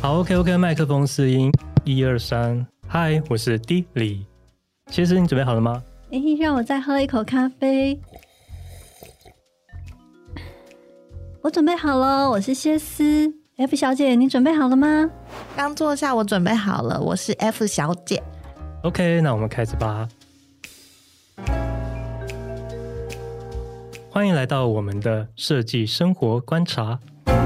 好 ，OK， 麦克风试音，1、2、3，嗨，我是 D 李。其实你准备好了吗？ 让我再喝一口咖啡。我准备好了，我是谢思。F 小姐，你准备好了吗？ 刚坐下，我准备好了，我是 F 小姐。 OK， 那我们开始吧。欢迎来到我们的设计生活观察。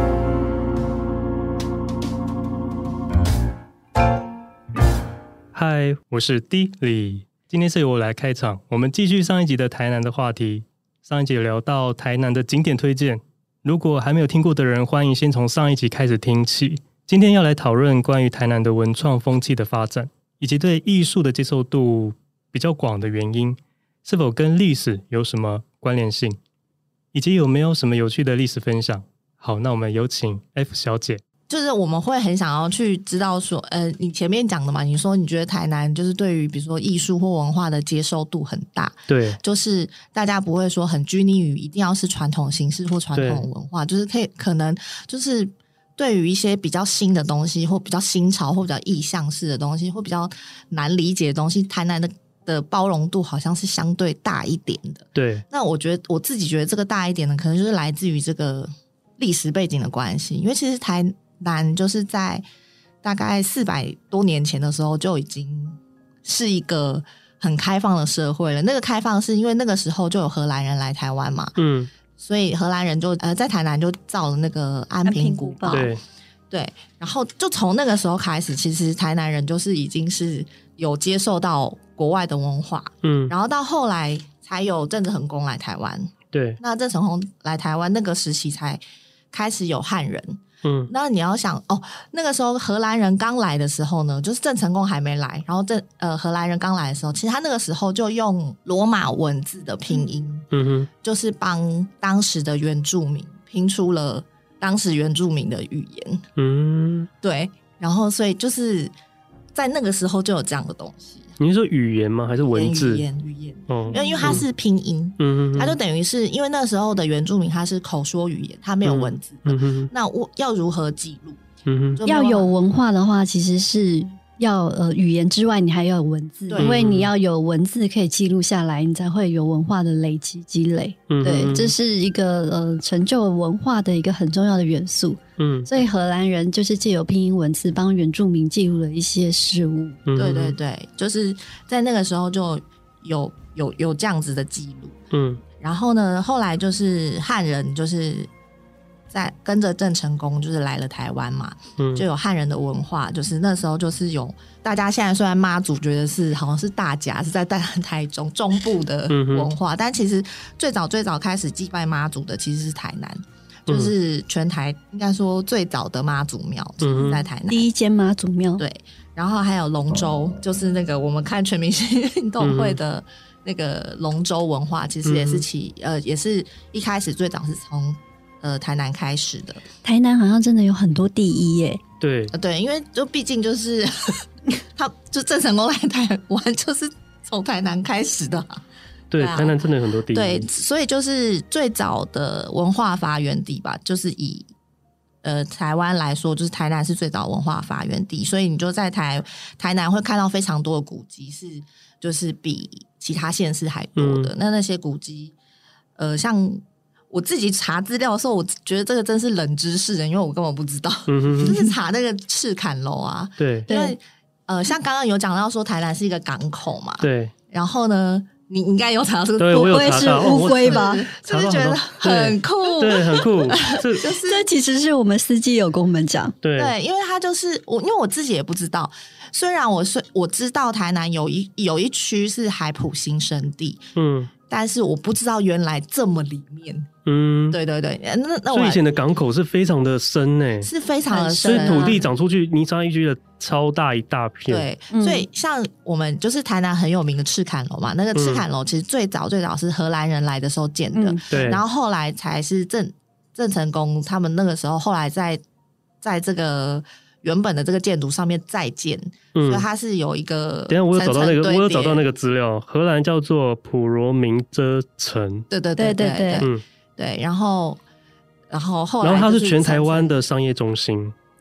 嗨，我是 D 李。今天是由我来开场，我们继续上一集的台南的话题。上一集有聊到台南的景点推荐，如果还没有听过的人，欢迎先从上一集开始听起。今天要来讨论关于台南的文创风气的发展，以及对艺术的接受度比较广的原因，是否跟历史有什么关联性，以及有没有什么有趣的历史分享。好，那我们有请 F 小姐。 就是我们会很想要去知道说，你前面讲的嘛，你说你觉得台南就是对于比如说艺术或文化的接受度很大， 对， 就是大家不会说很拘泥于一定要是传统形式或传统文化，就是可能就是对于一些比较新的东西或比较新潮或比较意象式的东西或比较难理解的东西，台南的包容度好像是相对大一点的。 对， 那我自己觉得这个大一点的可能就是来自于这个历史背景的关系，因为其实台南就是在大概400多年前的时候就已经是一个很开放的社会了。那个开放是因为那个时候就有荷兰人来台湾嘛，所以荷兰人就在台南就造了那个安平古堡，对，然后就从那个时候开始，其实台南人就是已经是有接受到国外的文化，然后到后来才有郑成功来台湾， 对， 那郑成功来台湾那个时期才开始有汉人。那你要想那个时候荷兰人刚来的时候呢，就是郑成功还没来，然后荷兰人刚来的时候，其实他那个时候就用罗马文字的拼音，就是帮当时的原住民拼出了当时原住民的语言，对，然后所以就是在那个时候就有这样的东西。 你是说语言吗？还是文字？ 语言，因为它是拼音，它就等于是因为那时候的原住民他是口说语言，他没有文字的，那我要如何记录？ 要有文化的话，其实是要语言之外，你还要有文字，因为你要有文字可以记录下来，你才会有文化的累积积累。对，这是一个成就文化的一个很重要的元素。所以荷兰人就是借由拼音文字帮原住民记录了一些事物。 对，就是在那个时候就有这样子的记录。然后呢，后来就是汉人就是在跟着郑成功就是来了台湾嘛，就有汉人的文化，就是那时候就是有大家现在虽然妈祖觉得是好像是大甲是在台中中部的文化，但其实最早开始祭拜妈祖的其实是台南，就是全台应该说最早的妈祖庙其实在台南， 第一间妈祖庙。 对，然后还有龙舟，就是那个我们看全明星运动会的那个龙舟文化，其实也是也是一开始最早是从台南开始的。 台南好像真的有很多第一耶。 对， 因为就毕竟就是他就郑成功来台湾就是从台南开始的。 对，台南真的有很多地方。 对，所以就是最早的文化发源地吧，就是以台湾来说，就是台南是最早文化发源地，所以你就在台南会看到非常多的古迹，就是比其他县市还多的。那些古迹，像我自己查资料的时候，我觉得这个真是冷知识的，因为我根本不知道，就是查那个赤坎楼啊， 对， 因为像刚刚有讲到说台南是一个港口嘛， 对， 然后呢。你应该有查到这个， 对，我有查到， 不会是乌龟吧？ 是不是觉得很酷？ 对，很酷。 这其实是我们司机有跟我们讲， 对，因为他就是因为我自己也不知道。虽然我知道台南有一区是海埔新生地，但是我不知道原来这么里面。对，那所以以前的港口是非常的深欸， 是非常的深， 所以土地长出去泥沙一区的超大一大片。 对，所以像我们就是台南很有名的赤坎楼嘛，那个赤坎楼其实最早是荷兰人来的时候建的， 对， 然后后来才是郑成功他们那个时候后来在这个原本的这个建筑上面再建，所以它是有一个等一下我有找到那个资料，荷兰叫做普罗明遮城。 对，然后后来、 然后它是全台湾的商业中心。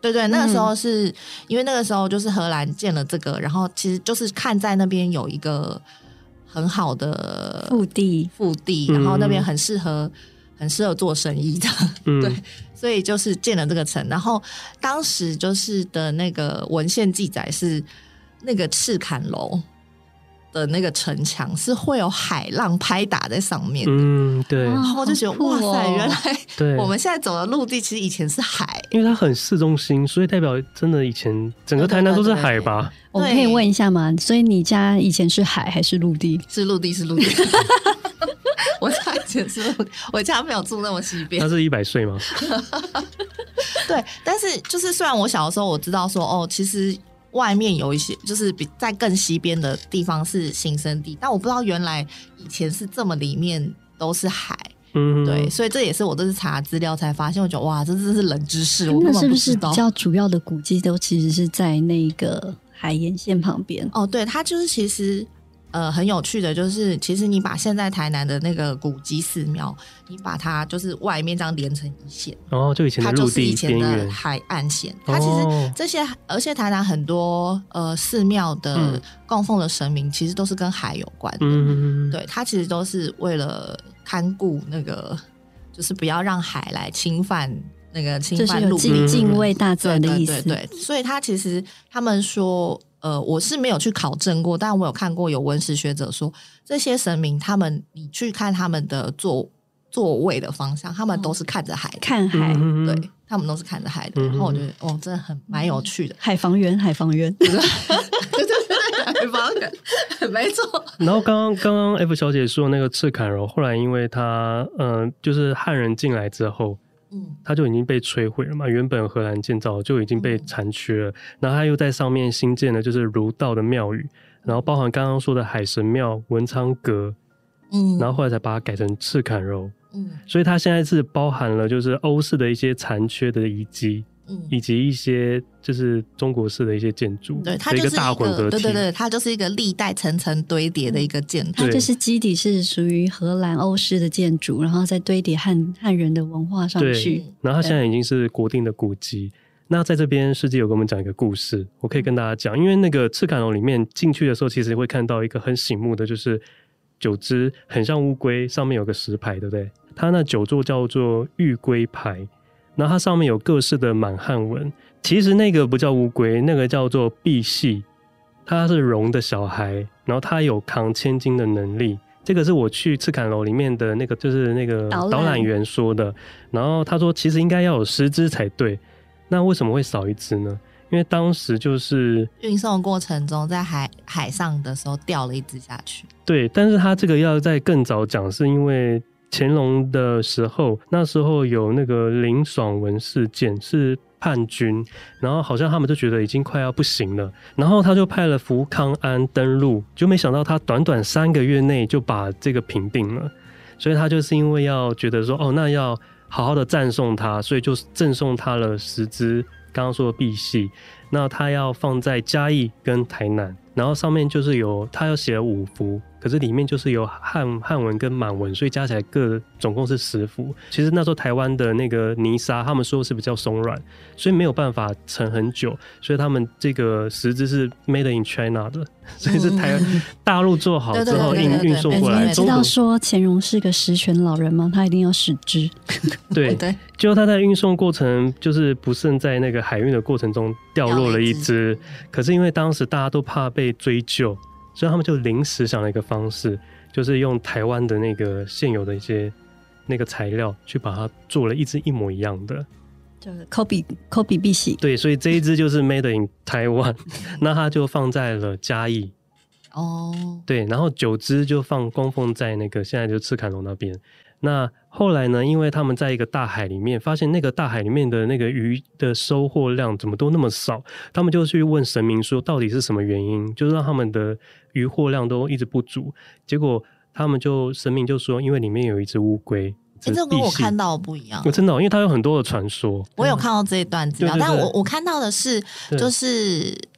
对对，那个时候是因为那个时候就是荷兰建了这个，然后其实就是看在那边有一个很好的腹地， 然后那边很适合做生意的，对，所以就是建了这个城。然后当时就是的那个文献记载是那个赤坎楼的那个城墙是会有海浪拍打在上面的， 对。 然后我就觉得哇塞，原对来我们现在走的陆地其实以前是海， 因为它很市中心，所以代表真的以前整个台南都是海吧？ 我可以问一下吗？所以你家以前是海还是陆地？ 是陆地。我家以前是陆地，我家没有住那么西边。 他是100岁吗？ 对，但是就是虽然我小的时候我知道说其实外面有一些就是在更西边的地方是新生地，但我不知道原来以前是这么里面都是海。对，所以这也是我这次查资料才发现，我觉得哇，这真是冷知识，我根本不知道。 那是不是比较主要的古迹都其实是在那个海沿线旁边？ 对，它就是其实很有趣的，就是其实你把现在台南的那个古迹寺庙，你把它就是外面这样连成一线， 就以前的陆地边缘， 它就是以前的海岸线。它其实这些，而且台南很多寺庙的供奉的神明，其实都是跟海有关的。对，它其实都是为了看顾那个，就是不要让海来侵犯陆地， 敬畏大自然的意思。 对，所以它其实他们说。我是没有去考证过，但我有看过有文史学者说，这些神明你去看他们的座位的方向，他们都是看着海的， 看海， 对，他们都是看着海的。然后我觉得真的蛮有趣的。 海防园， 对，海防园，没错。 然后刚刚 F 小姐说那个赤坎楼，后来因为它就是汉人进来之后。它就已经被摧毁了嘛，原本荷兰建造就已经被残缺了，然后它又在上面新建了就是儒道的庙宇，然后包含刚刚说的海神庙、文昌阁，然后后来才把它改成赤坎楼，所以它现在是包含了就是欧式的一些残缺的遗迹，以及一些就是中国式的一些建筑， 对，它就是一个大混合体，对，它就是一个历代层层堆叠的一个建筑， 它就是基底是属于荷兰欧式的建筑，然后再堆叠汉人的文化上去， 然后它现在已经是国定的古迹。那在这边世纪有跟我们讲一个故事，我可以跟大家讲，因为那个赤坎楼里面进去的时候，其实会看到一个很醒目的，就是9只很像乌龟，上面有个石牌，对不对？它那9座叫做玉龟牌。然后它上面有各式的满汉文，其实那个不叫乌龟，那个叫做赑屃，它是龙的小孩，然后它有扛千斤的能力。这个是我去赤坎楼里面的那个就是那个导览员说的，然后他说其实应该要有10只才对，那为什么会少1只呢？因为当时就是运送的过程中在海上的时候掉了1只下去。 对，但是他这个要再更早讲，是因为乾隆的时候，那时候有那个林爽文事件，是叛军，然后好像他们就觉得已经快要不行了，然后他就派了福康安登陆，就没想到他短短3个月内就把这个平定了，所以他就是因为要觉得说那要好好的赞颂他，所以就赠送他了10只刚刚说的赑屃，那他要放在嘉义跟台南，然后上面就是他要写了5幅，可是里面就是有汉文跟满文，所以加起来总共是10幅。其实那时候台湾的那个泥沙，他们说是比较松软，所以没有办法沉很久，所以他们这个10只是 made in China 的，所以是大陆做好之后运送过来。 你知道说乾隆是个10全老人吗？他一定要10只。 对，就他在运送过程就是不慎在那个海运的过程中掉落了1只，可是因为当时大家都怕被追究，所以他们就临时想了一个方式，就是用台湾的那个现有的一些那个材料去把它做了1只一模一样的， 就是 copy 赑屃。 对，所以这1只就是 made in Taiwan 那它就放在了嘉义。对，然后9只就供奉在那个现在就赤坎楼那边。那后来呢，因为他们在一个大海里面发现那个大海里面的那个鱼的收获量怎么都那么少，他们就去问神明说到底是什么原因，就让他们的渔获量都一直不足。结果神明就说因为里面有1只乌龟。 这跟我看到的不一样。 真的因为它有很多的传说。 我有看到这一段资料，但我看到的是就是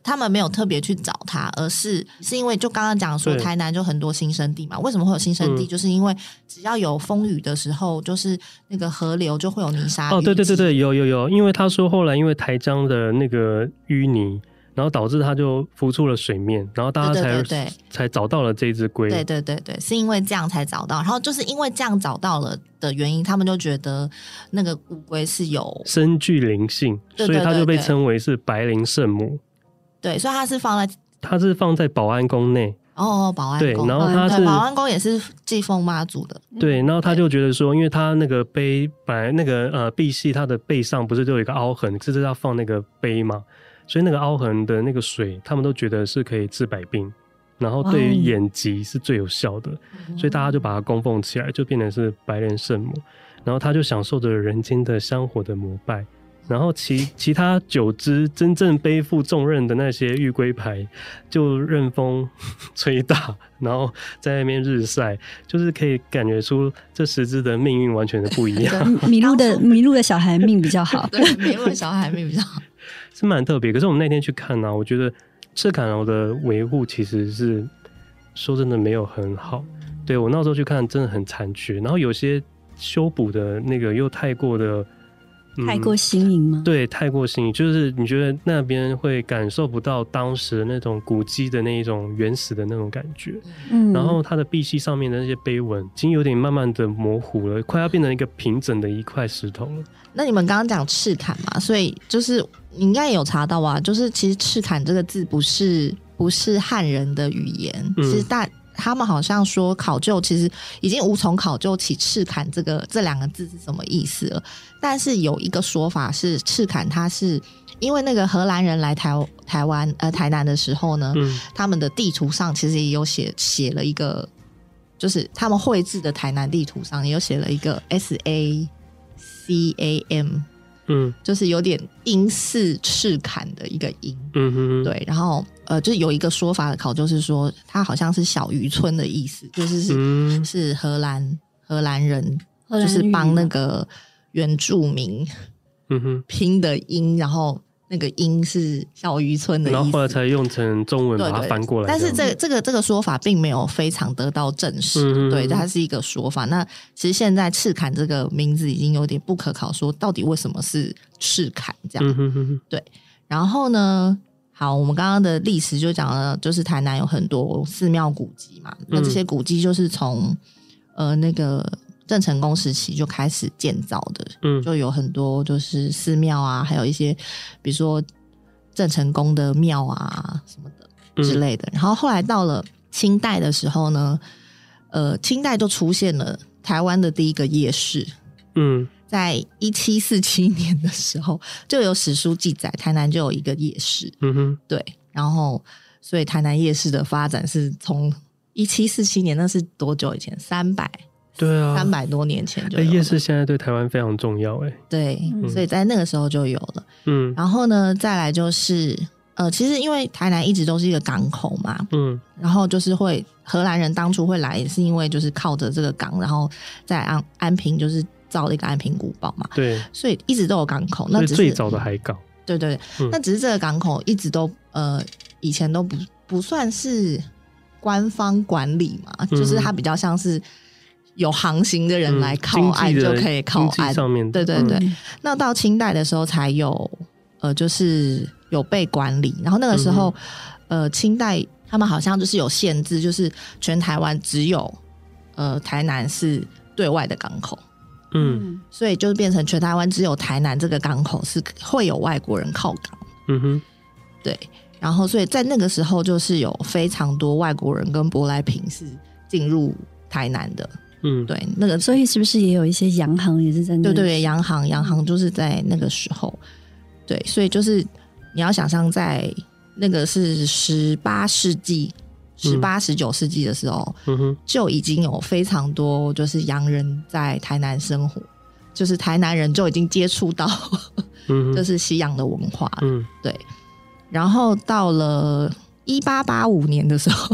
他们没有特别去找它，而是因为就刚刚讲说台南就很多新生地嘛，为什么会有新生地？就是因为只要有风雨的时候，就是那个河流就会有泥沙淤积。 对对对对，有，因为他说后来因为台江的那个淤泥，然后导致它就浮出了水面，然后大家才找到了这只龟。 对对对对，是因为这样才找到，然后就是因为这样找到了的原因，他们就觉得那个乌龟是有深具灵性， 对对对对， 所以它就被称为是白灵圣母。 对，所以它是放在保安宫内。 保安宫。 对，然后它是保安宫也是祭奉妈祖的。 对，然后他就觉得说，因为他那个碑本来那个碧玺它的背上不是就有一个凹痕，这是要放那个碑嘛，所以那个凹痕的那个水，他们都觉得是可以治百病，然后对于眼疾是最有效的，所以大家就把它供奉起来，就变成是白莲圣母，然后他就享受着人间的香火的膜拜。然后其他9只真正背负重任的那些玉龟牌就任风吹打，然后在那边日晒，就是可以感觉出这10只的命运完全的不一样。 麋鹿的小孩命比较好。 对，麋鹿的小孩命比较好。 是蛮特别。可是我们那天去看我觉得赤坎楼的维护其实是说真的没有很好。对，我那时候去看真的很残缺，然后有些修补的那个又太过新颖吗？对，太过新颖，就是你觉得那边会感受不到当时那种古迹的那一种原始的那种感觉。然后它的碧玺上面的那些碑文已经有点慢慢的模糊了，快要变成一个平整的一块石头了。 那你们刚刚讲赤坎嘛，所以就是你应该也有查到啊，就是其实赤坎这个字不是汉人的语言，是他们好像说考究其实已经无从考究起赤坎这2个字是什么意思了。但是有一个说法是赤坎它是因为那个荷兰人来台南的时候呢，他们的地图上其实也有写了一个，就是他们绘制的台南地图上也有写了一个 SACAM，就是有点英式赤坎的一个音。对，然后就是有一个说法的考究是说它好像是小渔村的意思，就是是荷兰人就是帮那个原住民拼的音，然后那个音是小渔村的意思， 然后后来才用成中文把它翻过来。 但是这个说法并没有非常得到证实。对，它是一个说法。那其实现在赤坎这个名字已经有点不可考，说到底为什么是赤坎这样。对，然后呢，好，我们刚刚的历史就讲了，就是台南有很多寺庙古迹嘛，那这些古迹就是从那个郑成功时期就开始建造的，就有很多就是寺庙啊，还有一些比如说郑成功的庙啊什么的之类的。然后后来到了清代的时候呢，清代就出现了台湾的第一个夜市。在1747年的时候就有史书记载台南就有一个夜市。对，然后所以台南夜市的发展是从1747年，那是多久以前？300多年前就有了。 夜市现在对台湾非常重要。 对，所以在那个时候就有了。然后呢再来就是其实因为台南一直都是一个港口嘛，然后就是荷兰人当初会来也是因为就是靠着这个港，然后在安平就是造了一个安平古堡嘛。对，所以一直都有港口。那只是最早的海港。 对对对，那只是这个港口一直都以前都不算是官方管理嘛，就是它比较像是有航行的人来靠岸就可以靠岸上面。 对对对，那到清代的时候才有就是有被管理。然后那个时候清代他们好像就是有限制，就是全台湾只有台南是对外的港口。所以就变成全台湾只有台南这个港口是会有外国人靠港。对，然后所以在那个时候就是有非常多外国人跟舶来品是进入台南的。对，那个所以是不是也有一些洋行也是在那？ 对对对，洋行就是在那个时候。对，所以就是你要想象在那个是18世纪18、19世纪的时候，就已经有非常多就是洋人在台南生活，就是台南人就已经接触到就是西洋的文化。对，然后到了1885年的时候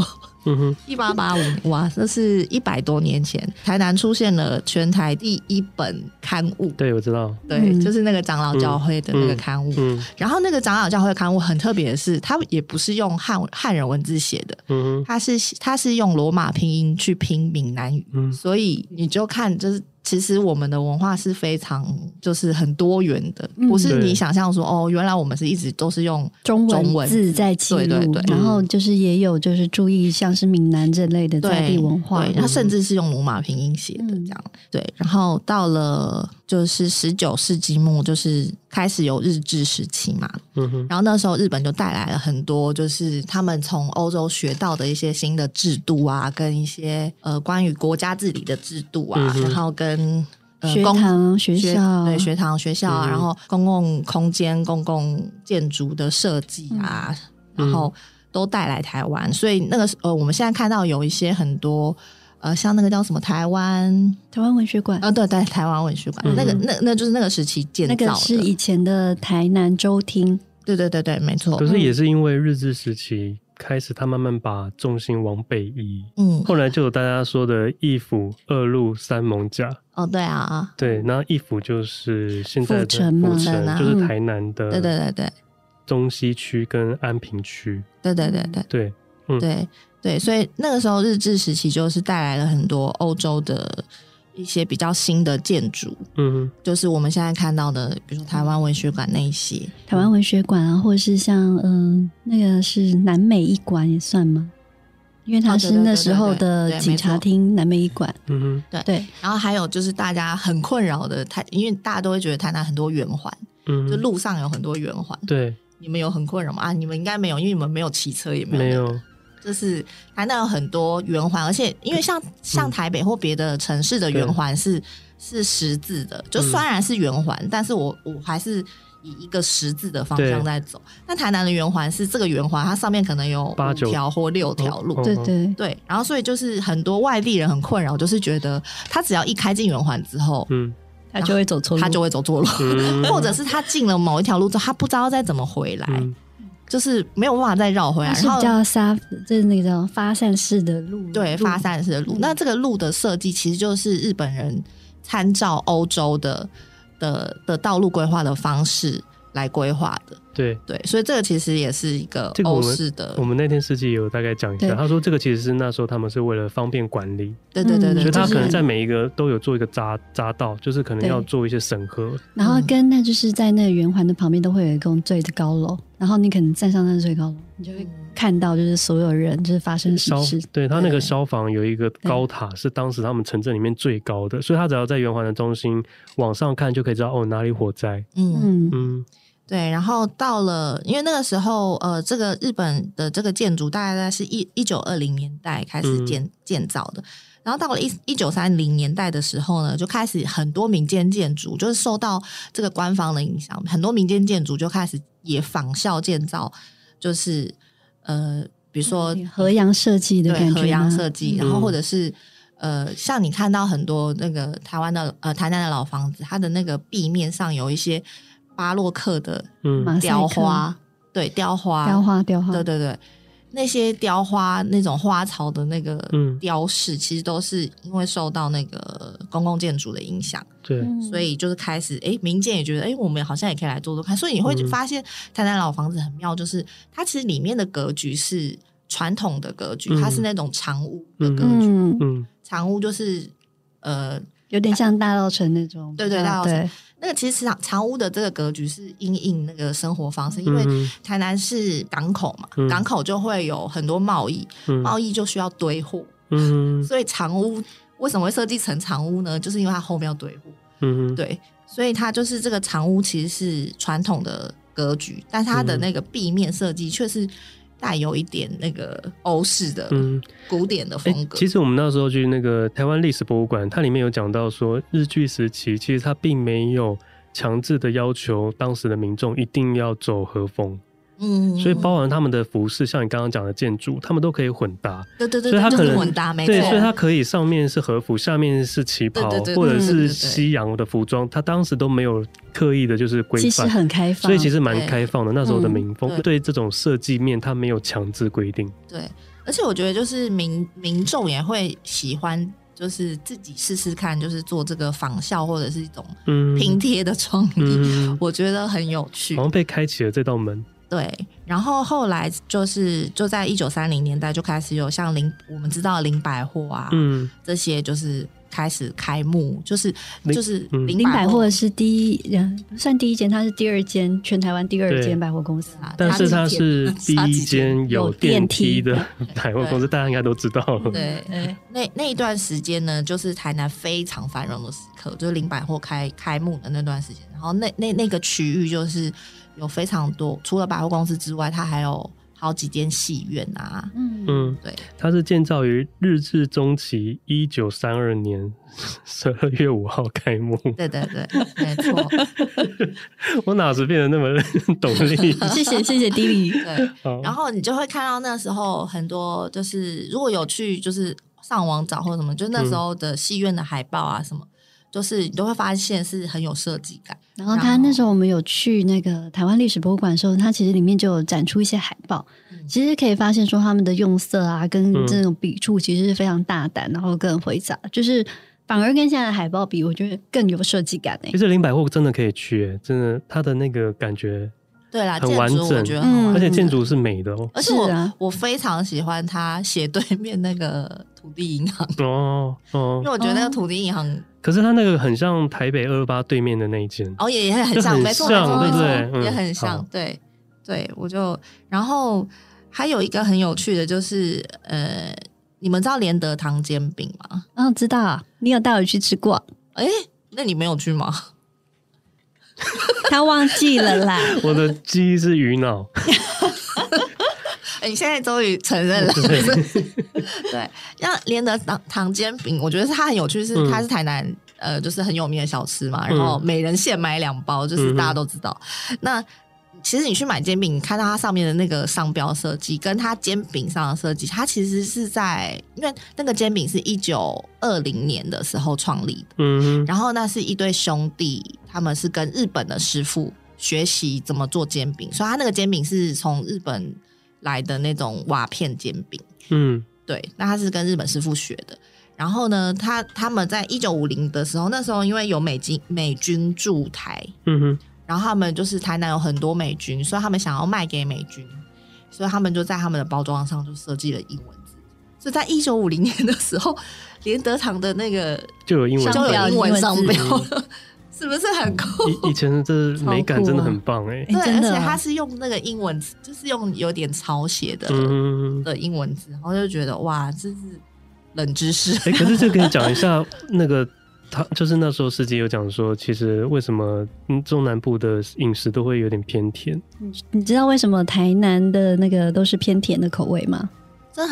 1885哇，这是100多年前，台南出现了全台第一本刊物。 对，我知道， 对，就是那个长老教会的那个刊物。然后那个长老教会的刊物很特别的是，它也不是用汉人文字写的，它是用罗马拼音去拼闽南语，所以你就看就是。其实我们的文化是非常就是很多元的，不是你想象说哦，原来我们是一直都是用中文字在记录，对，然后就是也有就是注意像是闽南这类的在地文化， 对，它甚至是用罗马拼音写的这样，对。然后到了就是19世纪末，就是开始有日治时期嘛，然后那时候日本就带来了很多就是他们从欧洲学到的一些新的制度啊，跟一些关于国家治理的制度啊，然后跟学堂学校， 对，学堂学校啊，然后公共空间、公共建筑的设计啊，然后都带来台湾。所以那个我们现在看到有一些很多像那个叫什么台湾文学馆， 对对，台湾文学馆，那就是那个时期建造的， 那个是以前的台南州厅。 对对对对，没错。 可是也是因为日治时期开始，他慢慢把重心往北移。后来就有大家说的一府二路三艋甲。 哦，对啊， 对，那一府就是现在的府城，就是台南的，对对对对，中西区跟安平区。 对对对对对，对对，所以那个时候日治时期就是带来了很多欧洲的一些比较新的建筑，就是我们现在看到的，比如说台湾文学馆那一些， 台湾文学馆啊，或者是像那个是南美一馆也算吗？因为它是那时候的警察厅，南美一馆。 对。然后还有就是大家很困扰的因为大家都会觉得台南很多圆环，就路上有很多圆环。 对， 你们有很困扰吗？你们应该没有，因为你们没有骑车，也没有。就是台南有很多圆环，而且因为像台北或别的城市的圆环是十字的，就虽然是圆环，但是我还是以一个十字的方向在走。但台南的圆环是这个圆环，它上面可能有5条或6条路， 对对对。然后所以就是很多外地人很困扰，就是觉得他只要一开进圆环之后， 他就会走错路， 或者是他进了某一条路之后，他不知道再怎么回来。就是没有办法再绕回来， 然后就是那个叫发散式的路， 对，发散式的路。那这个路的设计其实就是日本人参照欧洲的道路规划的方式来规划的。 对对，所以这个其实也是一个欧式的。 我们那天司机也有大概讲一下，他说这个其实是那时候他们是为了方便管理， 对对对对， 所以他可能在每一个都有做一个匝道，就是可能要做一些审核。 然后那就是在那个圆环的旁边都会有一栋最高楼，然后你可能站上那最高楼，你就会看到就是所有人就是发生什么事。 对，他那个消防有一个高塔是当时他们城镇里面最高的，所以他只要在圆环的中心往上看就可以知道哪里火灾。 对，然后到了，因为那个时候，这个日本的这个建筑大概是1920年代开始建造的，然后到了1930年代的时候呢，就开始很多民间建筑，就是受到这个官方的影响，很多民间建筑就开始也仿效建造，就是比如说河洋设计的感觉， 河洋设计，然后或者是像你看到很多那个台南的老房子，它的那个壁面上有一些巴洛克的雕花，对，雕花，对对对，那些雕花那种花草的那个雕饰，其实都是因为受到那个公共建筑的影响， 对， 所以就是开始民间也觉得我们好像也可以来做做看，所以你会发现台南老房子很妙，就是它其实里面的格局是传统的格局，它是那种长屋的格局，长屋就是有点像大稻埕那种， 对对，大稻埕。那个其实长屋的这个格局是因应那个生活方式，因为台南是港口嘛，港口就会有很多贸易，贸易就需要堆货，所以长屋为什么会设计成长屋呢？就是因为它后面要堆货，对，所以它就是这个长屋其实是传统的格局，但它的那个壁面设计却是带有一点那个欧式的古典的风格。 其实我们那时候去那个台湾历史博物馆，它里面有讲到说，日据时期其实它并没有强制的要求当时的民众一定要走和风。所以包含他们的服饰，像你刚刚讲的建筑，他们都可以混搭。 对对对， 所以它可能就是混搭，没错。 对，所以它可以上面是和服，下面是旗袍，或者是西洋的服装，它当时都没有刻意的就是规范， 其实很开放， 所以其实蛮开放的。那时候的民风对这种设计面，它没有强制规定。 对， 而且我觉得就是民众也会喜欢，就是自己试试看，就是做这个仿效或者是一种拼贴的创意，我觉得很有趣， 好像被开启了这道门。 对，然后后来就在1930年代就开始有像我们知道的林百货啊，这些就是开始开幕，就是林百货是算第一间，它是第二间，全台湾第二间百货公司啊。 但是它是第一间有电梯的百货公司，大家应该都知道了。 对，那一段时间呢，就是台南非常繁荣的时刻，就是林百货开幕的那段时间。然后那个区域就是有非常多，除了百货公司之外，它还有好几间戏院啊。对， 它是建造于日治中期1932年12月5号开幕。 对，没错。 我哪时变得那么懂力？ 谢谢迪里。 对，然后你就会看到那时候很多，就是如果有去就是上网找或者什么，就那时候的戏院的海报啊什么。就是你都会发现是很有设计感。 然后他那时候我们有去那个台湾历史博物馆的时候，他其实里面就有展出一些海报，其实可以发现说他们的用色啊跟这种笔触其实是非常大胆，然后更回杂，就是反而跟现在的海报比，我觉得更有设计感。 其实林百货真的可以去，真的它的那个感觉对啦， 很完整， 我觉得很完整， 而且建筑是美的哦。 而且我非常喜欢它斜对面那个土地银行因为我觉得那个土地银行， 可是它那个很像台北228对面的那一间也很像，没错， 对不对？ 也很像，对，我就然后还有一个很有趣的就是你们知道连德堂煎饼吗？ 知道，你有带我去吃过。 那你没有去吗？ 他忘记了啦。 我的记忆是鱼脑。 你现在终于承认了。对，像连德堂煎饼，我觉得它很有趣，是它是台南就是很有名的小吃嘛，然后每人现买2包，就是大家都知道。那其实你去买煎饼，你看到它上面的那个商标设计，跟它煎饼上的设计，它其实是因为那个煎饼是1920年的时候创立的，然后那是一对兄弟，他们是跟日本的师傅学习怎么做煎饼，所以他那个煎饼是从日本来的那种瓦片煎饼。对，那他是跟日本师傅学的。然后呢，他们在1950的时候，那时候因为有美军驻台，然后他们就是台南有很多美军，所以他们想要卖给美军，所以他们就在他们的包装上就设计了英文字。所以在1950年的时候，连德堂的那个就有英文商标了。是不是很酷？ 以前这美感真的很棒对，而且他是用那个英文字，就是用有点抄写的英文字，然后就觉得哇，这是冷知识。 可是这可以讲一下那个他就是那时候司机有讲说，其实为什么中南部的饮食都会有点偏甜？ 你知道为什么台南的那个都是偏甜的口味吗？ 这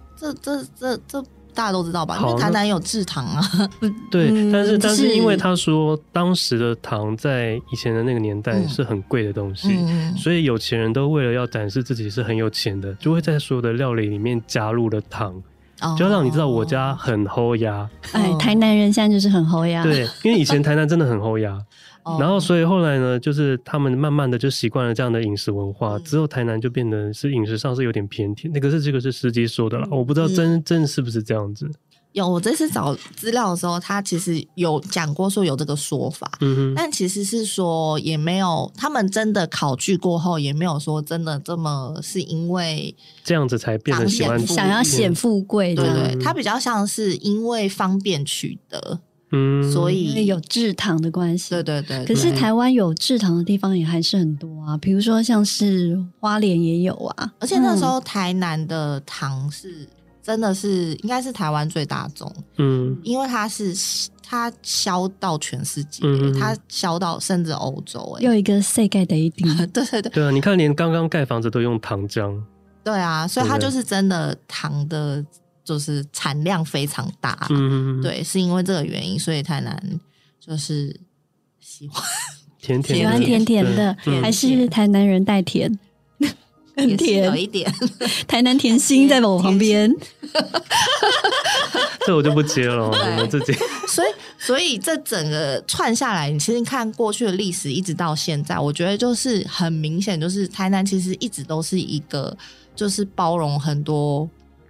大家都知道吧，因为台南有制糖啊。 对，但是因为他说当时的糖在以前的那个年代是很贵的东西，所以有钱人都为了要展示自己是很有钱的，就会在所有的料理里面加入了糖，就让你知道我家很齁牙。 台南人现在就是很齁牙。 对，因为以前台南真的很齁牙。然后所以后来呢，就是他们慢慢的就习惯了这样的饮食文化，之后台南就变得是饮食上是有点偏甜。这个是司机说的啦，我不知道真是不是这样子。 有，我这次找资料的时候，他其实有讲过说有这个说法，但其实是说也没有，他们真的考据过后也没有说真的这么是因为这样子才变得喜欢想要显富贵的。 对，它比较像是因为方便取得。所以有制糖的关系。 对。 可是台湾有制糖的地方也还是很多啊，比如说像是花莲也有啊。 而且那时候台南的糖是真的是应该是台湾最大宗，因为它销到全世界，它销到甚至欧洲。 又一个世界的一地。 对。 对啊，你看连刚刚盖房子都用糖浆。 对啊，所以它就是真的糖的。就是产量非常大，对，是因为这个原因，所以台南就是喜欢甜甜的，还是台南人带甜，很甜， 有一点台南甜心在我旁边， 这我就不接了，我们自己。 所以这整个串下来，你其实看过去的历史一直到现在，我觉得就是很明显，就是台南其实一直都是一个就是包容很多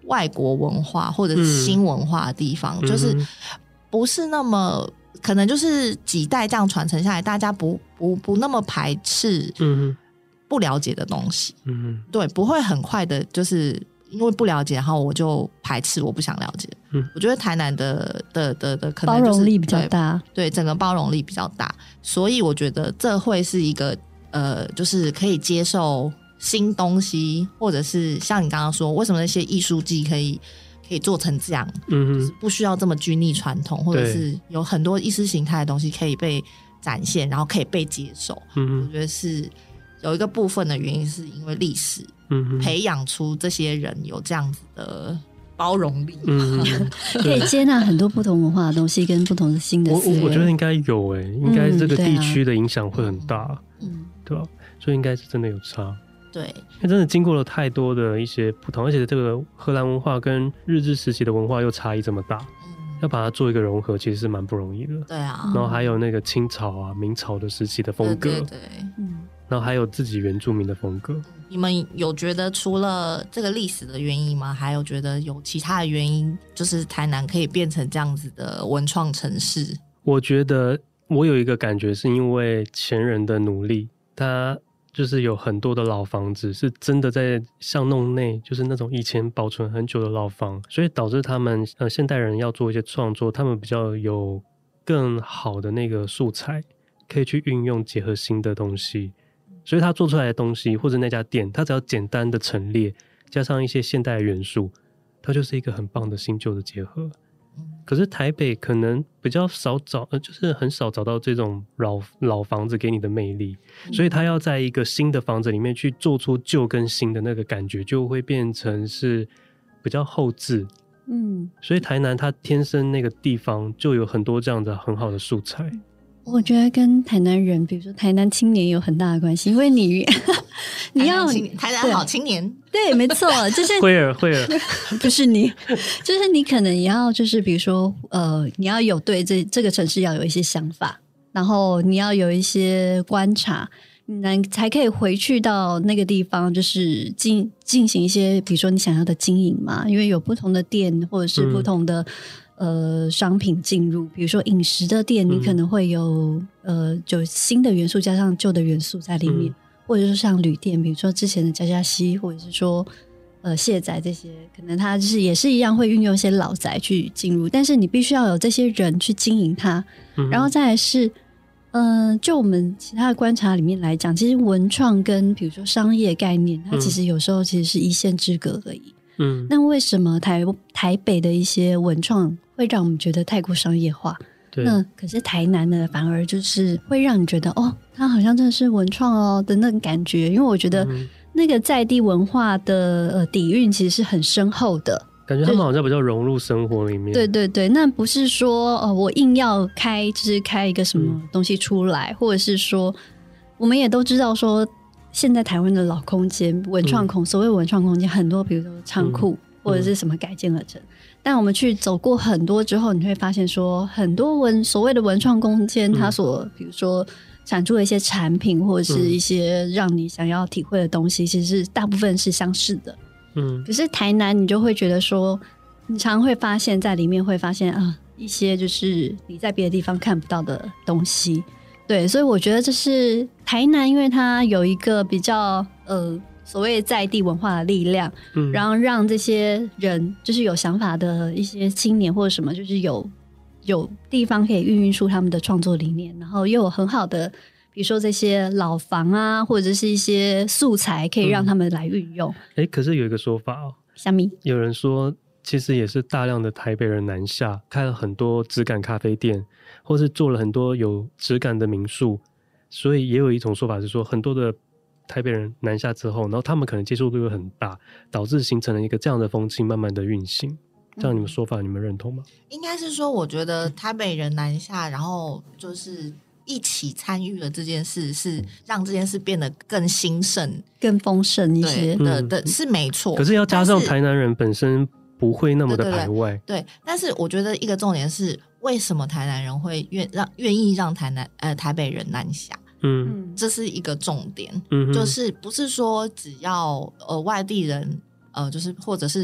外国文化或者是新文化的地方，就是不是那么可能就是几代这样传承下来，大家不那么排斥不了解的东西，对，不会很快的就是因为不了解然后我就排斥我不想了解。我觉得台南的可能、就是、 包容力比较大， 对整个包容力比较大，所以我觉得这会是一个就是可以接受新东西，或者是像你刚刚说为什么那些艺术季可以做成这样，就是不需要这么拘泥传统，或者是有很多意识形态的东西可以被展现，然后可以被接受。我觉得是有一个部分的原因是因为历史培养出这些人有这样子的包容力， 可以接纳很多不同文化的东西跟不同的新的思维。 我觉得应该有应该这个地区的影响会很大，对吧？所以应该是真的有差。 对， 因为真的经过了太多的一些不同，而且这个荷兰文化跟日治时期的文化又差异这么大，要把它做一个融合其实是蛮不容易的。 对啊， 然后还有那个清朝啊明朝的时期的风格， 对， 然后还有自己原住民的风格。 你们有觉得除了这个历史的原因吗？还有觉得有其他的原因，就是台南可以变成这样子的文创城市？ 我觉得我有一个感觉是因为前人的努力，他就是有很多的老房子是真的在巷弄内，就是那种以前保存很久的老房，所以导致他们现代人要做一些创作，他们比较有更好的那个素材可以去运用，结合新的东西，所以他做出来的东西或者那家店，他只要简单的陈列加上一些现代的元素，它就是一个很棒的新旧的结合。可是台北可能比较少找，就是很少找到这种老房子给你的魅力，所以他要在一个新的房子里面去做出旧跟新的那个感觉，就会变成是比较后置。所以台南它天生那个地方就有很多这样的很好的素材。 我觉得跟台南人，比如说台南青年有很大的关系，因为你要台南好青年， 对，没错，就是慧儿不是你，就是你可能也要就是比如说你要有对这个城市要有一些想法，然后你要有一些观察，你才可以回去到那个地方，就是进行一些比如说你想要的经营嘛，因为有不同的店或者是不同的商品进入，比如说饮食的店，你可能会有就新的元素加上旧的元素在里面，或者说像旅店，比如说之前的家家西，或者是说卸宅这些，可能它就是也是一样会运用一些老宅去进入，但是你必须要有这些人去经营它，然后再来是就我们其他的观察里面来讲，其实文创跟比如说商业概念，它其实有时候其实是一线之隔而已。那为什么台北的一些文创会让我们觉得太过商业化？那可是台南的反而就是会让你觉得它好像真的是文创的那种感觉，因为我觉得那个在地文化的底蕴其实是很深厚的， 感觉他们好像比较融入生活里面。 对，那不是说我硬要就是开一个什么东西出来，或者是说我们也都知道说现在台湾的老空间文创所谓文创空间很多，比如说仓库或者是什么改建而成，但我们去走过很多之后，你会发现说很多所谓的文创空间，它所比如说产出的一些产品或者是一些让你想要体会的东西，其实大部分是相似的。可是台南你就会觉得说你常常会发现在里面会发现一些就是你在别的地方看不到的东西。对，所以我觉得这是台南，因为它有一个比较所谓在地文化的力量，然后让这些人就是有想法的一些青年或者什么，就是有地方可以孕育出他们的创作理念，然后又有很好的比如说这些老房啊，或者是一些素材可以让他们来运用。 可是有一个说法虾米？ 有人说其实也是大量的台北人南下，开了很多质感咖啡店，或是做了很多有质感的民宿，所以也有一种说法是说很多的台北人南下之后，然后他们可能接受度又很大，导致形成了一个这样的风气慢慢的运行。这样你们说法你们认同吗？ 应该是说我觉得台北人南下然后就是一起参与了这件事，是让这件事变得更兴盛更丰盛一些的是没错。 可是要加上台南人本身不会那么的排外。 对，但是我觉得一个重点是为什么台南人会愿意让台北人南下，这是一个重点，就是不是说只要外地人就是或者是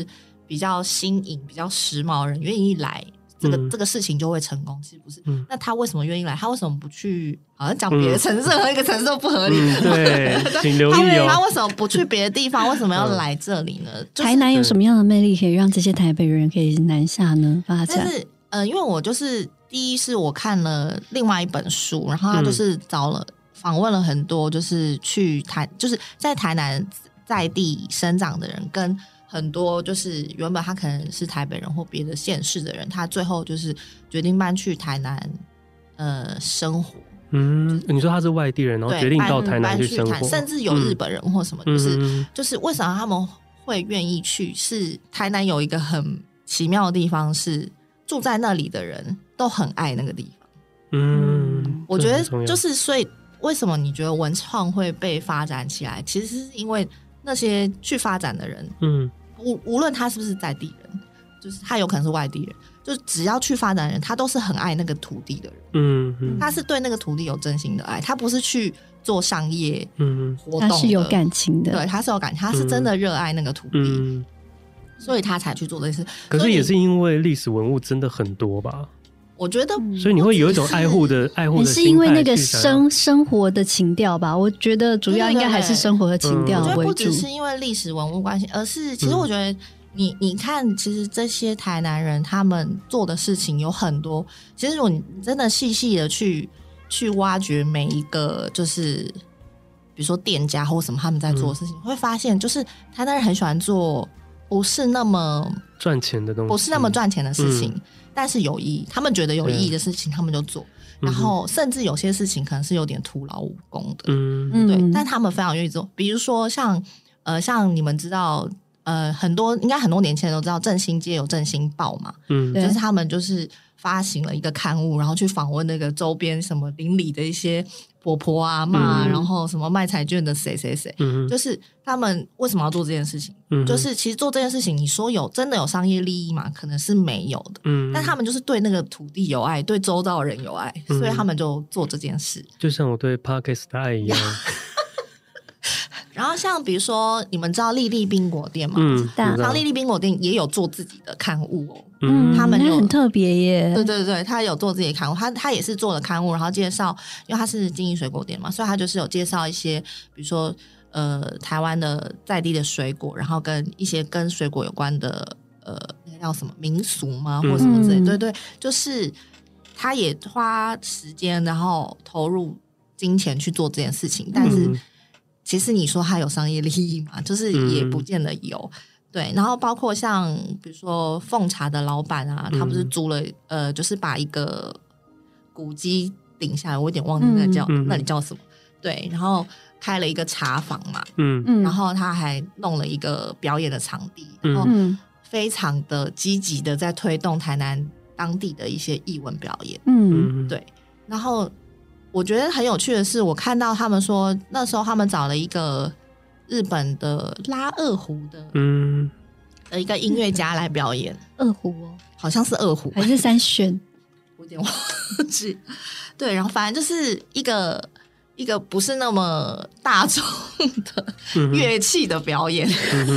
比较新颖、比较时髦的人愿意来，这个事情就会成功。其实不是，那他为什么愿意来？他为什么不去？好像讲别的城市，和一个城市都不合理。 对，请留意哦。 他为什么不去别的地方？为什么要来这里呢？ 台南有什么样的魅力可以让这些台北人可以南下呢？发展？ 但是因为我就是第一是我看了另外一本书，然后他就是访问了很多就是就是在台南在地生长的人，跟很多就是原本他可能是台北人或别的县市的人，他最后就是决定搬去台南生活。 你说他是外地人，然后决定到台南去生活， 甚至有日本人或什么，就是为什么他们会愿意去？是台南有一个很奇妙的地方，是住在那里的人都很爱那个地方。我觉得就是所以为什么你觉得文创会被发展起来？其实是因为那些去发展的人，无论他是不是在地人，就是他有可能是外地人，就只要去发展的人，他都是很爱那个土地的人。他是对那个土地有真心的爱，他不是去做商业活动的， 他是有感情的。 对，他是有感情，他是真的热爱那个土地，所以他才去做这件事。 可是也是因为历史文物真的很多吧？ 我觉得， 所以你会有一种爱护的心态， 是因为那个生活的情调吧？我觉得主要应该还是生活的情调为主。 我觉得不只是因为历史文物关系，而是其实我觉得你看，其实这些台南人他们做的事情有很多。其实如果你真的细细的去挖掘每一个，就是比如说店家或什么他们在做的事情，会发现就是台南人很喜欢做不是那么赚钱的东西， 不是那么赚钱的事情。但是有意义，他们觉得有意义的事情他们就做，然后甚至有些事情可能是有点徒劳无功的，对，但他们非常愿意做。比如说像你们知道应该很多年轻人都知道振兴街有振兴报嘛，就是他们就是发行了一个刊物，然后去访问那个周边什么邻里的一些婆婆啊妈，然后什么卖彩券的谁谁谁，就是他们为什么要做这件事情，就是其实做这件事情你说真的有商业利益嘛，可能是没有的，但他们就是对那个土地有爱，对周遭的人有爱，所以他们就做这件事， 就像我对 Podcast 的爱一样。 然后像比如说你们知道丽丽冰果店吗？像丽丽冰果店也有做自己的刊物哦，他们很特别耶。 对对对，他有做自己的刊物，他也是做了刊物，然后介绍，因为他是经营水果店嘛，所以他就是有介绍一些比如说台湾的在地的水果，然后跟一些跟水果有关的那叫什么民俗吗或什么之类，对对，就是他也花时间然后投入金钱去做这件事情，但是其实你说他有商业利益嘛，就是也不见得有，对。然后包括像比如说奉茶的老板啊，他不是租了就是把一个古迹顶下来，我有点忘记那里叫什么，对。然后开了一个茶坊嘛，然后他还弄了一个表演的场地，然后非常的积极的在推动台南当地的一些艺文表演，对。然后我觉得很有趣的是，我看到他们说那时候他们找了一个日本的拉二胡的一个音乐家来表演。 二胡哦， 好像是二胡还是三弦， 我有点忘记。对，然后反正就是一个不是那么大众的乐器的表演。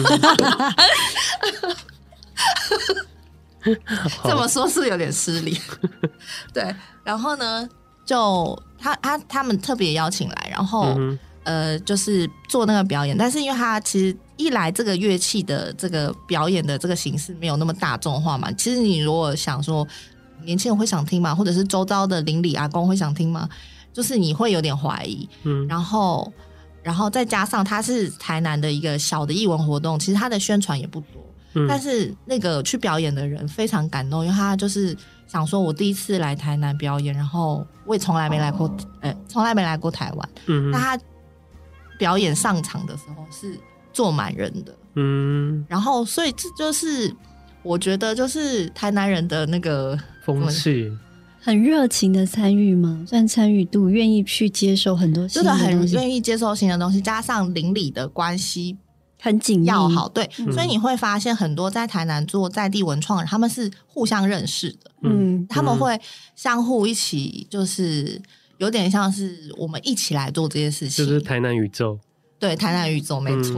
这么说是有点失礼。对，然后呢就他们特别邀请来，然后就是做那个表演，但是因为他其实一来这个乐器的这个表演的这个形式没有那么大众化嘛，其实你如果想说年轻人会想听吗，或者是周遭的邻里阿公会想听吗，就是你会有点怀疑，然后再加上它是台南的一个小的艺文活动，其实它的宣传也不多，但是那个去表演的人非常感动，因为他就是想说我第一次来台南表演，然后我也从来没来过台湾，那他表演上场的时候是坐满人的，然后所以这就是我觉得就是台南人的那个风气， 很热情的参与吗？算参与度，愿意去接受很多新的东西， 真的很愿意接受新的东西，加上邻里的关系很紧密要好，对，所以你会发现很多在台南做在地文创人，他们是互相认识的，他们会相互一起，就是有点像是我们一起来做这些事情， 就是台南宇宙， 对，台南宇宙没错。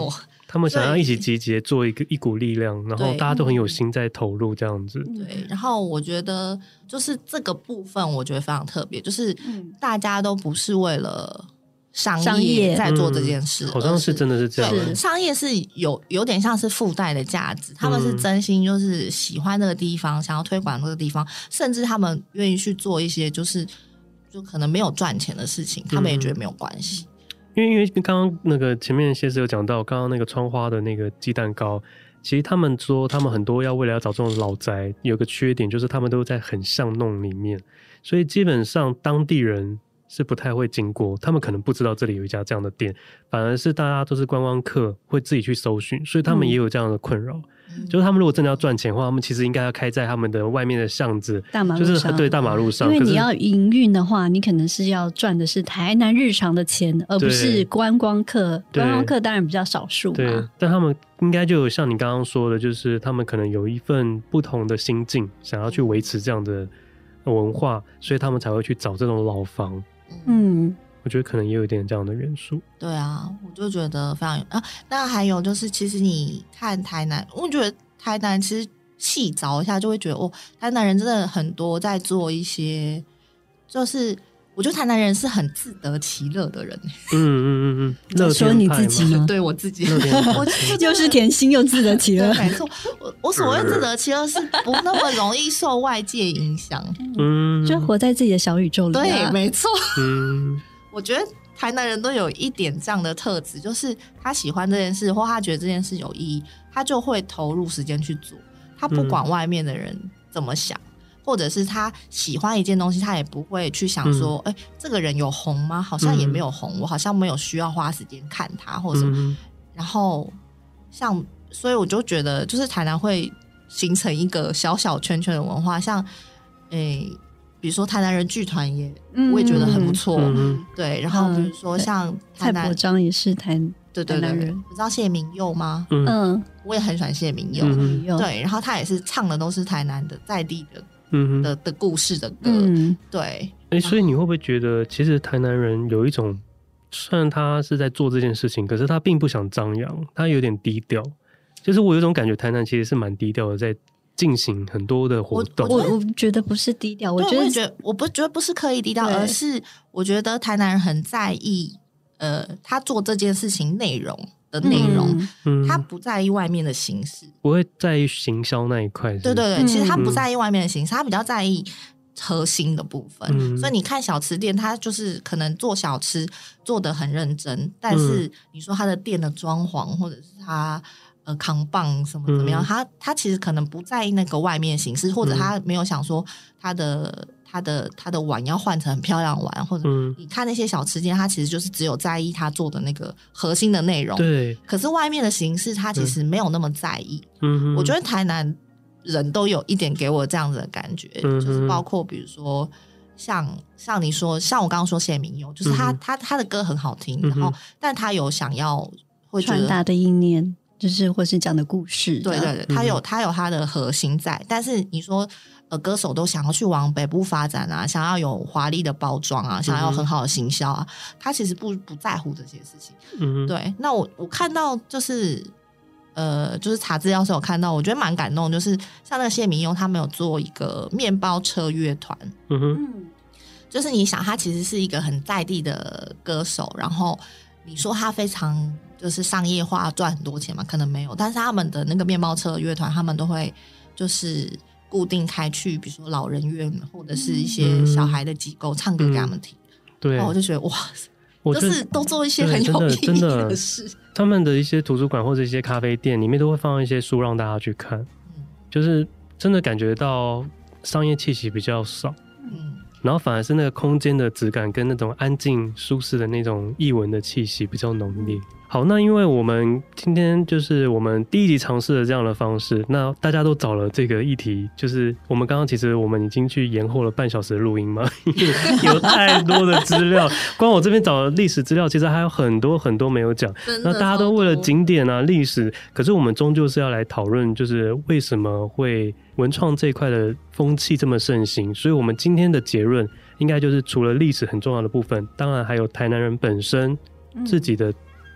他们想要一起集结做一股力量，然后大家都很有心在投入这样子。 对，然后我觉得就是这个部分我觉得非常特别，就是大家都不是为了商业在做这件事， 好像是真的是这样。 对，商业是有点像是附带的价值，他们是真心就是喜欢这个地方，想要推广这个地方，甚至他们愿意去做一些就可能没有赚钱的事情，他们也觉得没有关系。 因为刚刚那个前面谢师有讲到，刚刚那个窗花的那个鸡蛋糕，其实他们说他们很多为了要找这种老宅，有个缺点就是他们都在很巷弄里面，所以基本上当地人是不太会经过，他们可能不知道这里有一家这样的店，反而是大家都是观光客会自己去搜寻，所以他们也有这样的困扰。就是他们如果真的要赚钱的话，他们其实应该要开在他们的外面的巷子， 大马路上， 就是对大马路上。 因为你要营运的话，你可能是要赚的是台南日常的钱，而不是观光客。观光客当然比较少数嘛。 对，但他们应该就有像你刚刚说的，就是他们可能有一份不同的心境，想要去维持这样的文化，所以他们才会去找这种老房。我觉得可能也有一点这样的元素。 对啊，我就觉得非常那还有就是其实你看台南，我觉得台南其实细找一下就会觉得台南人真的很多在做一些，就是我觉得台南人是很自得其乐的人。 说你自己吗？ 对，我自己。 我又是甜心又自得其乐。 没错，我所谓自得其乐是不那么容易受外界影响。 就活在自己的小宇宙里。 对，没错。我觉得台南人都有一点这样的特质，就是他喜欢这件事，或他觉得这件事有意义，他就会投入时间去做，他不管外面的人怎么想，或者是他喜欢一件东西，他也不会去想说这个人有红吗？好像也没有红，我好像没有需要花时间看他或者什么。然后所以我就觉得就是台南会形成一个小小圈圈的文化，像比如说台南人剧团我也觉得很不错。对，然后比如说像蔡伯章也是台南人。 你知道谢明佑吗？我也很喜欢谢明佑。对，然后他也是唱的都是台南的在地的故事的歌。对。 所以你会不会觉得其实台南人有一种，虽然他是在做这件事情，可是他并不想张扬，他有点低调。就是我有一种感觉，台南其实是蛮低调的，在进行很多的活动。 我觉得不是低调，我觉得不是刻意低调，而是我觉得台南人很在意他做这件事情内容，他不在意外面的形式，不会在意行销那一块。 对，其实他不在意外面的形式，他比较在意核心的部分。所以你看小吃店，他就是可能做小吃做得很认真，但是你说他的店的装潢或者是他扛棒什么怎么样，他其实可能不在意那个外面形式，或者他没有想说他的碗要换成很漂亮碗，或者你看那些小吃店，他其实就是只有在意他做的那个核心的内容。 对， 可是外面的形式他其实没有那么在意。我觉得台南人都有一点给我这样子的感觉，就是包括比如说像你说，像我刚刚说谢明佑，就是他的歌很好听，然后但他有想要会觉得传达的意念，就是或是讲的故事。 对，他有他的核心在，但是你说歌手都想要去往北部发展啊，想要有华丽的包装啊，想要有很好的行销啊，他其实不在乎这些事情。对，那我看到就是查资料时候有看到，我觉得蛮感动，就是像那个谢明佑他们有做一个面包车乐团。就是你想他其实是一个很在地的歌手，然后你说他非常就是商业化赚很多钱嘛，可能没有，但是他们的那个面包车乐团，他们都会就是固定开去比如说老人院或者是一些小孩的机构唱歌给他们听。对，然后我就觉得哇，就是都做一些很有意义的事。 他们的一些图书馆或者一些咖啡店里面都会放一些书让大家去看，就是真的感觉到商业气息比较少。然后反而是那个空间的质感跟那种安静舒适的那种艺文的气息比较浓烈。好，那因为我们今天就是我们第一集尝试了这样的方式，那大家都找了这个议题，就是我们刚刚其实我们已经去延后了半小时的录音嘛，因为有太多的资料，光我这边找的历史资料其实还有很多很多没有讲，那大家都为了景点啊历史，可是我们终究是要来讨论就是为什么会文创这一块的风气这么盛行，所以我们今天的结论应该就是除了历史很重要的部分，当然还有台南人本身自己的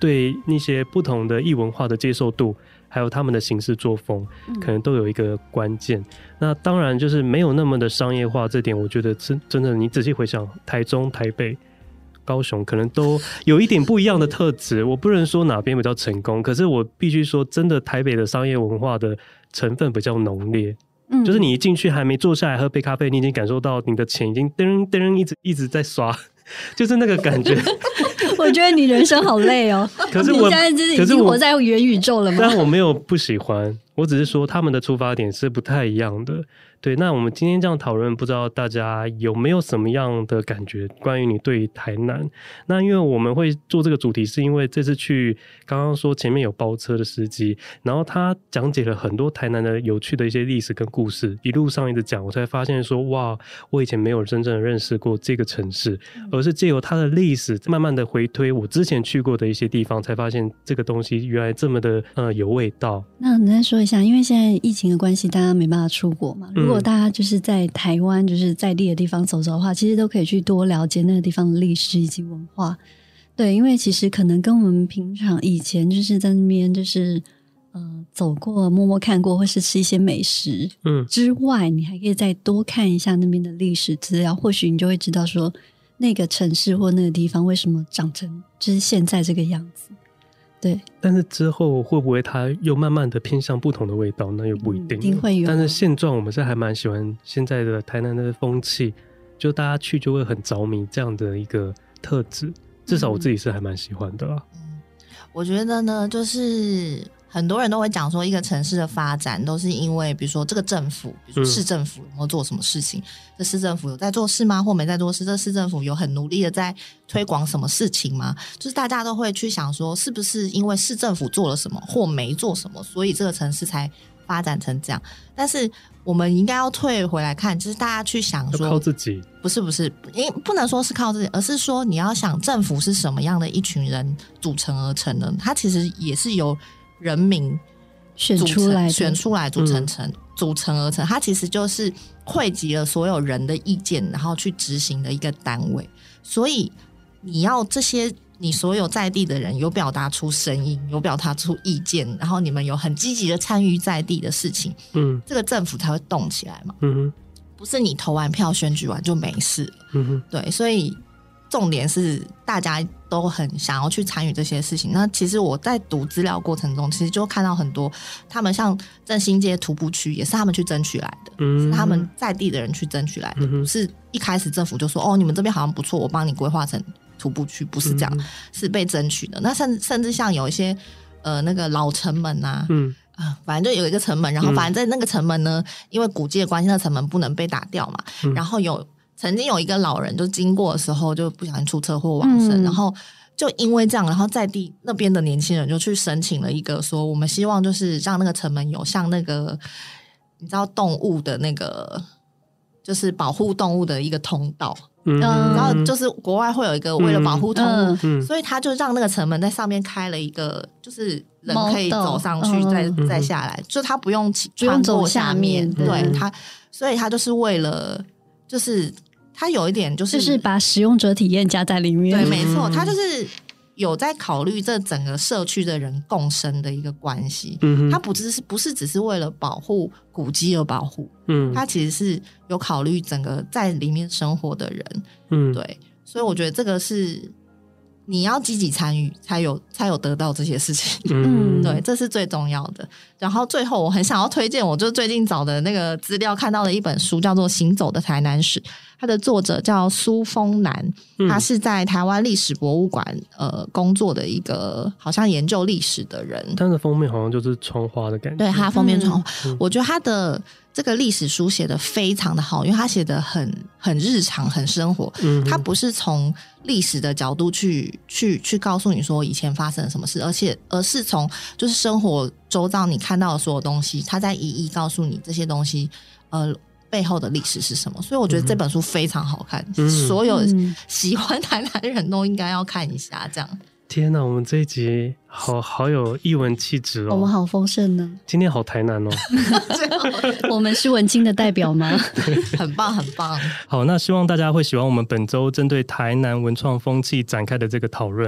对那些不同的异文化的接受度还有他们的行事作风可能都有一个关键。那当然就是没有那么的商业化，这点我觉得真的你仔细回想，台中、台北、高雄可能都有一点不一样的特质。我不能说哪边比较成功，可是我必须说真的台北的商业文化的成分比较浓烈，就是你一进去还没坐下来喝杯咖啡，你已经感受到你的钱已经噔噔一直在刷，就是那个感觉。 我觉得你人生好累哦。 可是你现在就是已经活在元宇宙了吗？ 但我没有不喜欢，我只是说他们的出发点是不太一样的。对，那我们今天这样讨论，不知道大家有没有什么样的感觉关于你对于台南。那因为我们会做这个主题是因为这次去刚刚说前面有包车的司机，然后他讲解了很多台南的有趣的一些历史跟故事，一路上一直讲，我才发现说哇，我以前没有真正的认识过这个城市，而是借由它的历史慢慢的回推我之前去过的一些地方，才发现这个东西原来这么的有味道。 那你再说一下，因为现在疫情的关系，大家没办法出国嘛，如果大家就是在台湾就是在地的地方走走的话，其实都可以去多了解那个地方的历史以及文化。对，因为其实可能跟我们平常以前就是在那边就是走过摸摸看过或是吃一些美食之外，你还可以再多看一下那边的历史资料，或许你就会知道说那个城市或那个地方为什么长成就是现在这个样子。对， 但是之后会不会它又慢慢的偏向不同的味道，那又不一定， 一定会有。 但是现状我们是还蛮喜欢现在的台南的风气，就大家去就会很着迷这样的一个特质，至少我自己是还蛮喜欢的啦。 我觉得呢，就是很多人都会讲说一个城市的发展都是因为比如说这个政府，比如说市政府有没有做什么事情，这市政府有在做事吗，或没在做事，这市政府有很努力的在推广什么事情吗？就是大家都会去想说是不是因为市政府做了什么或没做什么，所以这个城市才发展成这样。但是我们应该要退回来看，就是大家去想说要靠自己， 不是不能说是靠自己，而是说你要想政府是什么样的一群人组成而成的，它其实也是由人民选出来组成而成，它其实就是汇集了所有人的意见然后去执行的一个单位。所以你要这些你所有在地的人有表达出声音，有表达出意见，然后你们有很积极的参与在地的事情，这个政府才会动起来嘛。不是你投完票选举完就没事了。对，所以重点是大家都很想要去参与这些事情。那其实我在读资料过程中，其实就看到很多他们像振兴街徒步区也是他们去争取来的，是他们在地的人去争取来的，不是一开始政府就说哦你们这边好像不错，我帮你规划成徒步区，不是这样，是被争取的。那甚至像有一些那个老城门啊，反正就有一个城门，然后反正在那个城门呢，因为古迹的关系，那城门不能被打掉嘛，然后曾经有一个老人就经过的时候就不小心出车祸往生，然后就因为这样，然后在地那边的年轻人就去申请了一个说我们希望就是让那个城门有像那个你知道动物的那个就是保护动物的一个通道，然后就是国外会有一个为了保护动物，所以他就让那个城门在上面开了一个就是人可以走上去再下来，就他不用穿过下面，对他，所以他就是为了就是他有一点就是把使用者体验加在里面， 对，没错，他就是有在考虑这整个社区的人共生的一个关系，他不是只是为了保护古迹而保护，他其实是有考虑整个在里面生活的人，对，所以我觉得这个是你要积极参与才有得到这些事情，对，这是最重要的。然后最后我很想要推荐，我就最近找的那个资料看到的一本书叫做《行走的台南史》，它的作者叫苏峰南，他是在台湾历史博物馆工作的一个好像研究历史的人， 它的封面好像就是窗花的感觉， 对，它封面窗花，我觉得他的这个历史书写的非常的好，因为他写的很日常很生活，他不是从历史的角度去告诉你说以前发生了什么事，而是从就是生活周遭你看到的所有东西，他在一一告诉你这些东西背后的历史是什么。所以我觉得这本书非常好看，所有喜欢台南人都应该要看一下这样。 天哪，我们这一集好有艺文气质哦， 我们好丰盛呢， 今天好台南哦我们是文青的代表吗？ 很棒很棒。 好，那希望大家会喜欢我们本周针对台南文创风气展开的这个讨论。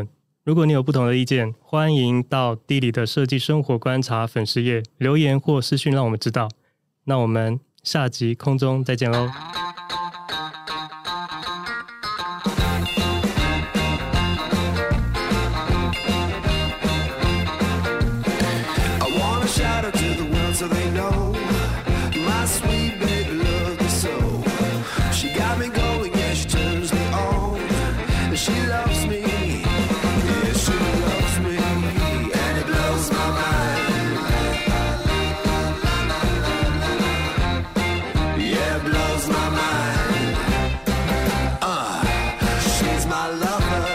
如果你有不同的意见，欢迎到地理的设计生活观察粉丝页留言或私讯让我们知道。那我们下集空中再见喽。 So they know my sweet baby loves me so. She got me going, yeah, she turns me on. She loves me, yeah, she loves me, and it blows my mind. Yeah, it blows my mind. She's my lover.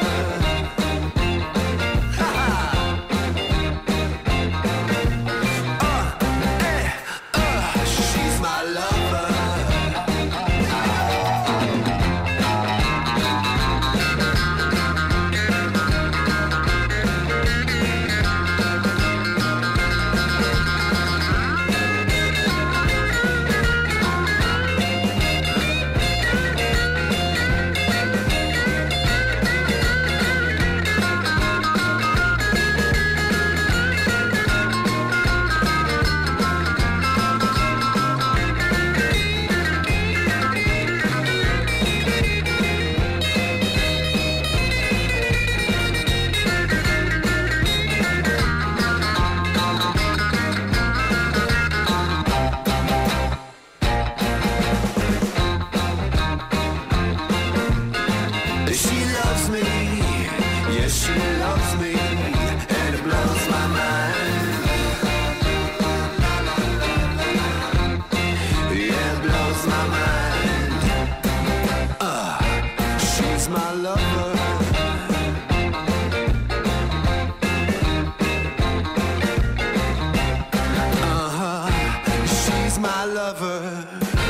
Lover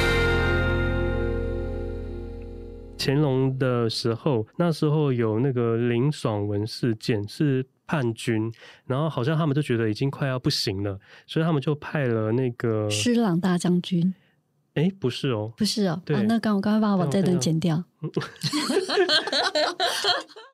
乾隆的时候，那时候有那个林爽文事件，是叛军，然后好像他们就觉得已经快要不行了，所以他们就派了那个施琅大将军。 不是哦， 不是哦， 对， 那我刚刚把我这段剪掉。